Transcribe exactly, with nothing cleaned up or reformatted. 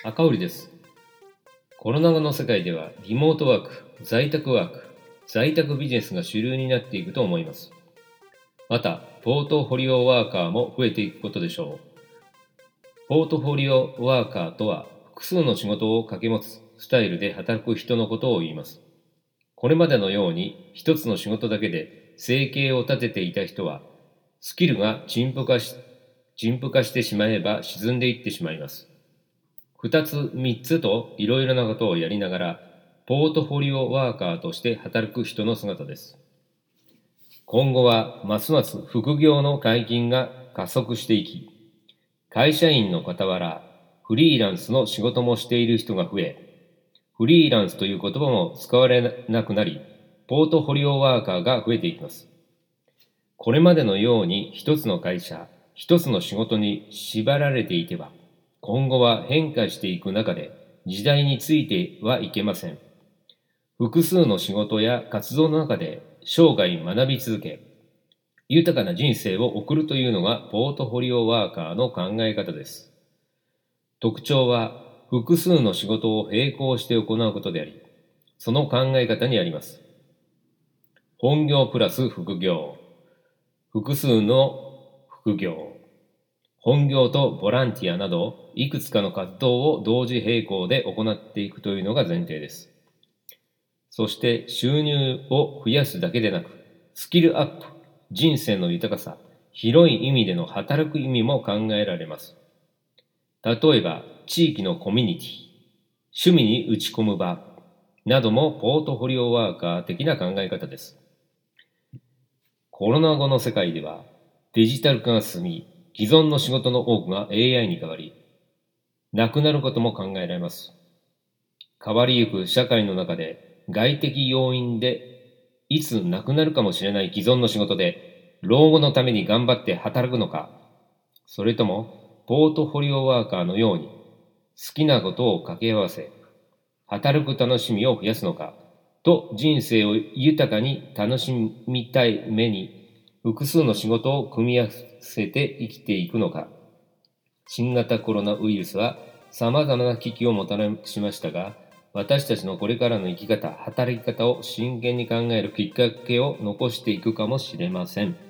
赤織です。コロナ後の世界ではリモートワーク、在宅ワーク、在宅ビジネスが主流になっていくと思います。また、ポートフォリオワーカーも増えていくことでしょう。ポートフォリオワーカーとは、複数の仕事を掛け持つスタイルで働く人のことを言います。これまでのように一つの仕事だけで生計を立てていた人は、スキルが陳腐化し、陳腐化してしまえば沈んでいってしまいます。二つ、三つといろいろなことをやりながら、ポートフォリオワーカーとして働く人の姿です。今後はますます副業の解禁が加速していき、会社員の傍ら、フリーランスの仕事もしている人が増え、フリーランスという言葉も使われなくなり、ポートフォリオワーカーが増えていきます。これまでのように一つの会社、一つの仕事に縛られていては、今後は変化していく中で時代についてはいけません。複数の仕事や活動の中で生涯学び続け、豊かな人生を送るというのがポートフォリオワーカーの考え方です。特徴は複数の仕事を並行して行うことであり、その考え方にあります。本業プラス副業、複数の副業、本業とボランティアなどいくつかの活動を同時並行で行っていくというのが前提です。そして収入を増やすだけでなく、スキルアップ、人生の豊かさ、広い意味での働く意味も考えられます。例えば、地域のコミュニティ、趣味に打ち込む場などもポートフォリオワーカー的な考え方です。コロナ後の世界ではデジタル化が進み、既存の仕事の多くが エーアイ に変わり、なくなることも考えられます。変わりゆく社会の中で外的要因でいつなくなるかもしれない既存の仕事で老後のために頑張って働くのか、それともポートフォリオワーカーのように好きなことを掛け合わせ、働く楽しみを増やすのかと人生を豊かに楽しみたい目に複数の仕事を組み合わせて生きていくのか。新型コロナウイルスは様々な危機をもたらしましたが、私たちのこれからの生き方、働き方を真剣に考えるきっかけを残していくかもしれません。